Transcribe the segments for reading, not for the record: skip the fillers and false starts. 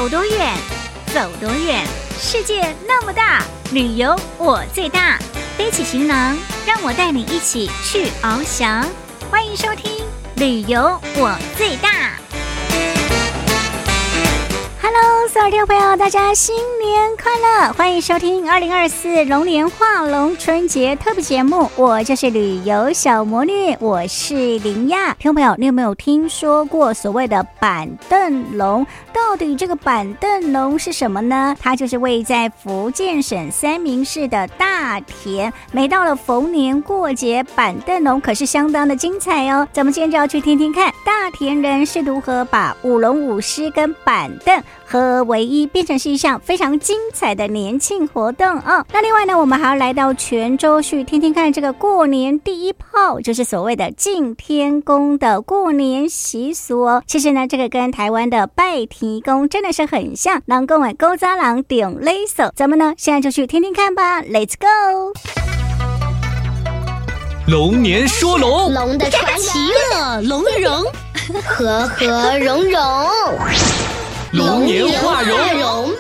有多远，走多远，世界那么大，旅游我最大。背起行囊，让我带你一起去翱翔。欢迎收听旅游我最大。Hello， 所有听众朋友，大家新年快乐！欢迎收听2024龙年画龙春节特别节目，我就是旅游小魔女，我是林亚。听众朋友，你有没有听说过所谓的板凳龙？到底这个板凳龙是什么呢？它就是位在福建省三明市的大田。每到了逢年过节，板凳龙可是相当的精彩哦。咱们今天就要去听听看，大田人是如何把舞龙舞狮跟板凳合而为一，变成是一项非常精彩的年庆活动哦。那另外呢，我们还要来到泉州去听听看这个过年第一炮，就是所谓的进天宫的过年习俗哦。其实呢，这个跟台湾的拜天公真的是很像，人讲的古早人重礼数。咱们呢现在就去听听看吧 ，Let's go！ 龙年说龙， 龙的传奇乐融融，和和融融。 龙年画龙，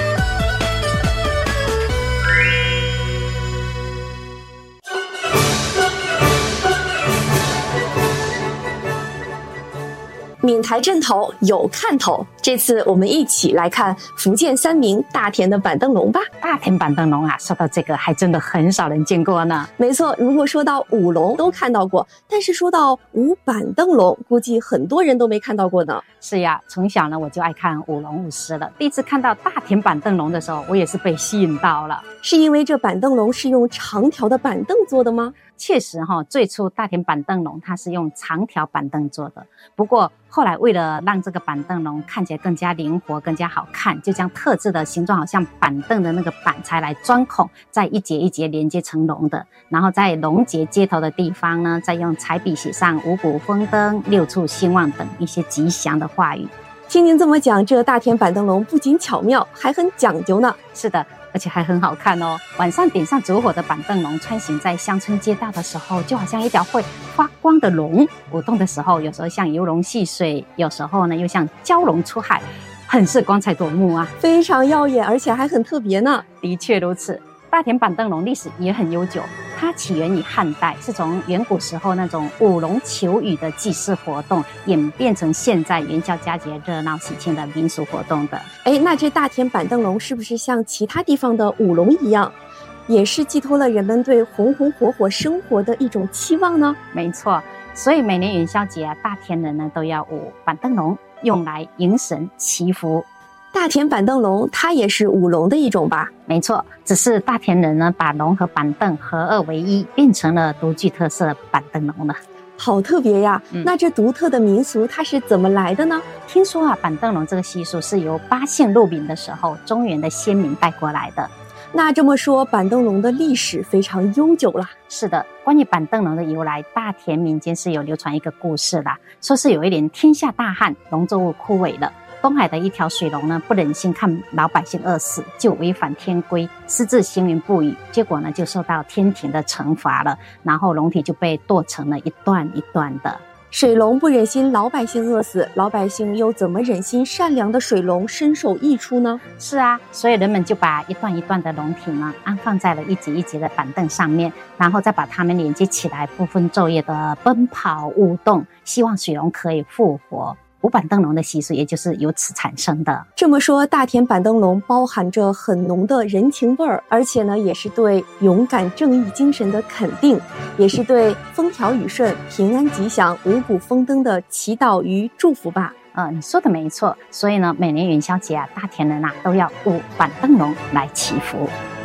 闽台阵头有看头，这次我们一起来看福建三明大田的板凳龙吧。 大田板凳龙啊，说到这个还真的很少人见过呢。 没错，如果说到舞龙都看到过，但是说到舞板凳龙，估计很多人都没看到过呢。 是呀，从小呢我就爱看舞龙舞狮了。第一次看到大田板凳龙的时候，我也是被吸引到了。 是因为这板凳龙是用长条的板凳做的吗？ 确实最初大田板凳龙它是用长条板凳做的，不过后来为了让这个板凳龙看起来更加灵活更加好看，就将特制的形状好像板凳的那个板材来钻孔，再一节一节连接成龙的，然后在龙节接头的地方呢，再用彩笔写上五谷丰登、六畜兴旺等一些吉祥的话语。 听您这么讲，这大田板凳龙不仅巧妙，还很讲究呢。 是的，而且还很好看哦。晚上点上烛火的板凳龙穿行在乡村街道的时候，就好像一条会发光的龙，舞动的时候有时候像游龙戏水，有时候呢又像蛟龙出海，很是光彩夺目啊， 非常耀眼，而且还很特别呢。 的确如此。大田板凳龙历史也很悠久，它起源于汉代，是从远古时候那种舞龙求雨的祭祀活动演变成现在元宵佳节热闹喜庆的民俗活动的。 那这大田板凳龙是不是像其他地方的舞龙一样，也是寄托了人们对红红火火生活的一种期望呢？ 没错，所以每年元宵节大田人呢都要舞板凳龙，用来迎神祈福。 大田板凳龙它也是舞龙的一种吧？ 没错，只是大田人呢把龙和板凳合二为一，变成了独具特色的板凳龙了。 好特别呀！那这独特的民俗它是怎么来的呢？ 听说板凳龙这个习俗是由八姓入闽的时候中原的先民带过来的。 那这么说，板凳龙的历史非常悠久了。 是的，关于板凳龙的由来，大田民间是有流传一个故事啦，说是有一年天下大旱，农作物枯萎了，东海的一条水龙呢不忍心看老百姓饿死，就违反天规，私自行云布雨，结果呢就受到天庭的惩罚了，然后龙体就被剁成了一段一段的。 水龙不忍心老百姓饿死，老百姓又怎么忍心善良的水龙身首异处呢？ 是啊，所以人们就把一段一段的龙体呢安放在了一节一节的板凳上面，然后再把它们连接起来，不分昼夜的奔跑舞动，希望水龙可以复活。舞板凳龙的习俗也就是由此产生的。 这么说，大田板凳龙包含着很浓的人情味儿，而且呢也是对勇敢正义精神的肯定，也是对风调雨顺、平安吉祥、五谷丰登的祈祷与祝福吧。 你说的没错。所以呢每年元宵节大田人都要舞板凳龙来祈福。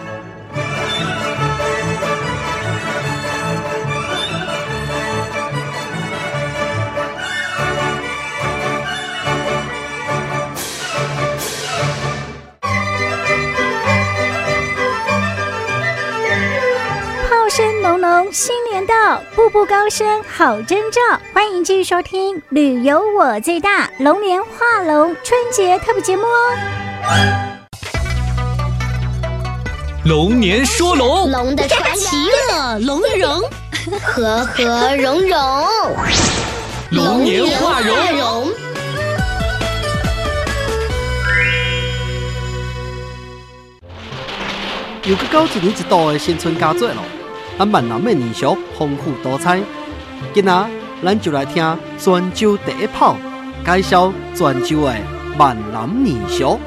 声隆隆，新年到，步步高升好征兆。欢迎继续收听旅游我最大龙年画龙春节特别节目哦。 龙年说龙， 龙的传奇乐融融，和和融融。 龙年画龙。 又去到一年一度的新春佳节咯，咱闽南的年俗丰富多彩。今仔咱就来听泉州第一炮介绍泉州的闽南年俗。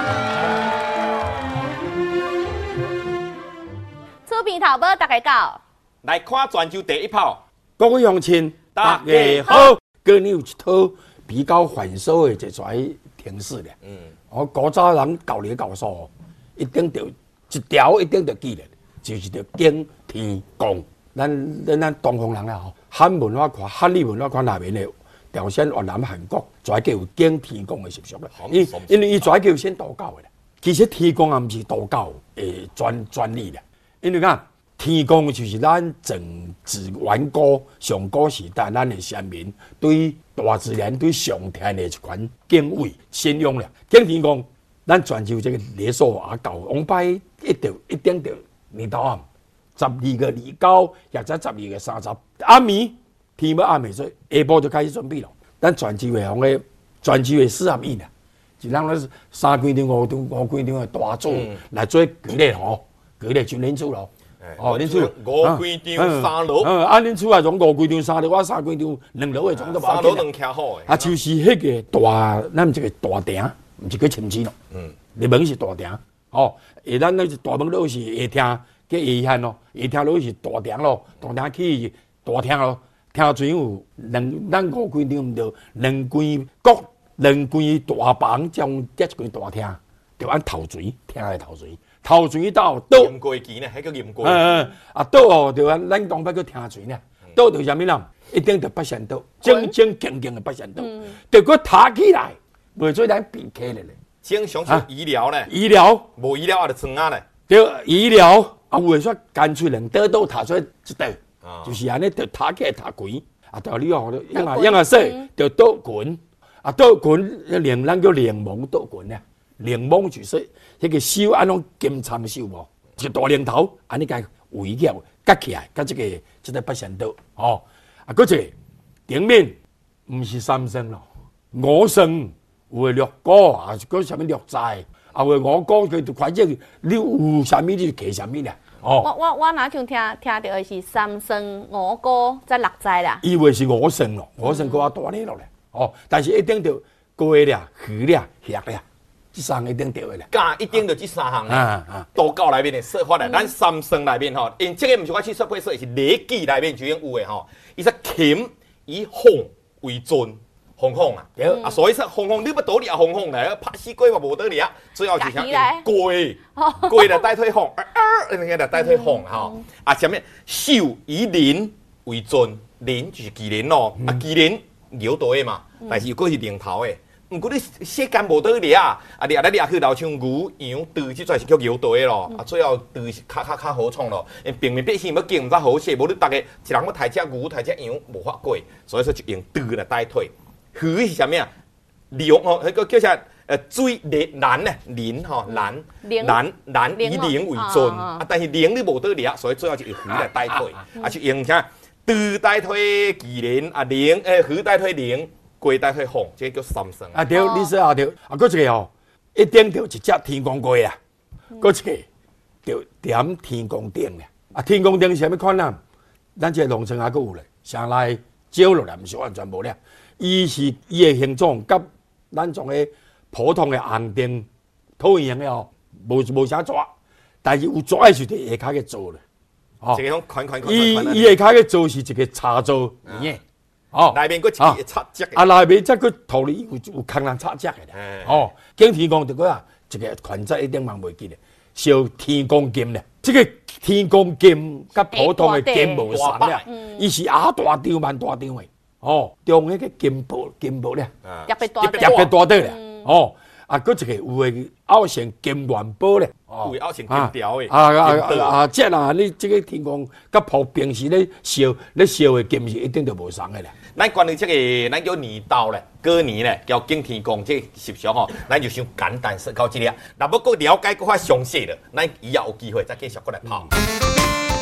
厝边头尾大家到， 来看泉州第一炮。 各位乡亲，大家好。今日有一套比较繁琐的一撮程式咧。我古早人教你教数，一定要一条一定要记咧，就是着敬天公。咱东方人啊，汉文化看汉语文化看内面的朝鲜、越南、韩国，全叫有敬天公的习俗啦。因为伊全叫先道教的啦。其实天公也毋是道教的专利啦。因为讲天公就是咱从自远古上古时代咱的先民对大自然、对上天的一款敬畏、信仰啦。敬天公，咱泉州这个历史也教，往摆一定着年头暗，12月29，或者12月30，暗暝天要暗的时候，下晡就开始准备咯。咱泉州的个泉州的四合院啊，就让咱3几张、5几张的大桌来做举例吼，举例就恁厝咯。恁厝 5几张3楼， 恁厝也种5几张3楼，我3几张2楼的种都无。 3楼能徛好诶。 就是迄个大，咱这个大亭，毋是叫深市咯。入门是大亭，咱那是大门都是下厅，叫下院咯，下厅都是大亭咯，大亭去大厅咯，厅全有咱5几张毋着2间阁2间大房，将一间大厅，就按头水厅的头水。头水到倒， 盐粿期呢，迄叫盐粿。 倒哦，就咱东北叫听水呢。倒就啥物人？一定着八仙倒，正正经经的八仙倒，着搁抬起来，袂做咱变起来咧。 正常是医疗呢， 医疗无医疗也着装啊咧。 着医疗有诶说干脆2倒抬出来一倒，就是安尼着抬起来抬悬。道理哦，样啊说着倒悬，倒悬连咱叫连蒙倒悬咧。柠檬就是迄个手安怎金长手无，一个大零头，安尼甲围起来，夹起来，甲这个八仙刀搁一个顶面毋是3升咯，5升，有诶绿果，啊是搁啥物绿菜，也有5果，佢就反正你有啥物你就摕啥物啦。 我哪像听到的是3升5果再6菜啦。 以为是5升咯，5升搁较大咧落咧，但是一定着鸡啦、鱼啦、虾啦。这3个一定对的啦， 加一定就这3项啦。道教内面的说法啦，咱3圣内面吼，因这个毋是我去说配说，是礼记内面就已经有的吼。伊说禽以凤为尊，凤啊，所以说凤你要倒立也凤来，拍死龟嘛无倒立啊。最后是啥？龟来代替凤，那个来代替凤吼。什么兽以麟为尊，麟就是麒麟咯，麒麟牛倒的嘛，但是又搁是零头的。毋过你世间无倒掠掠来掠去，老像牛、羊、猪，即全是叫牛倒的咯。最后猪是较好创咯。因平民百姓要经毋知好势，无你逐个一人要抬只牛、抬只羊，无法过，所以说就用猪来代替。鱼是啥物啊？龙迄个叫啥？水蓝呢？麟吼蓝以麟为尊但是麟你无倒掠，所以最后就用鱼来代替，就用啥？猪代替麒麟麟鱼代替麟。龟代替凤，这叫3圣。 对，你说对。搁一个一定着一只天公龟啊，搁一个着点天公鼎咧。天公鼎是啥物款啊？咱这农村还搁有咧，城内少落来，毋是完全无咧。伊的形状甲咱种个普通的红锭土形的无啥纸，但是有纸的是伫下骹去做咧。 一个款。 伊下骹去做是一个插座圆的。 内面佫一个插脚的，内面再佫土里有空人插脚的啦。敬天公就个一个款式一定忘袂记咧，烧天公金咧。这个天公金甲普通的金无相咧，伊是大张蛮大张的，中迄个金箔咧， 特别大块咧，佫一个有诶凹成金元宝咧， 有凹成金条诶， 这啦，你这个天公甲平时咧烧诶金是一定就无相诶啦。 咱关于这个，咱叫年斗咧，过年咧，叫敬天公这习俗吼，咱就先简单说到这里啊。若要搁了解搁较详细的，咱以后有机会再继续过来跑。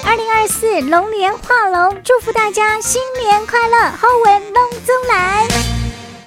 2024龙年画龙，祝福大家新年快乐，好运龙中来。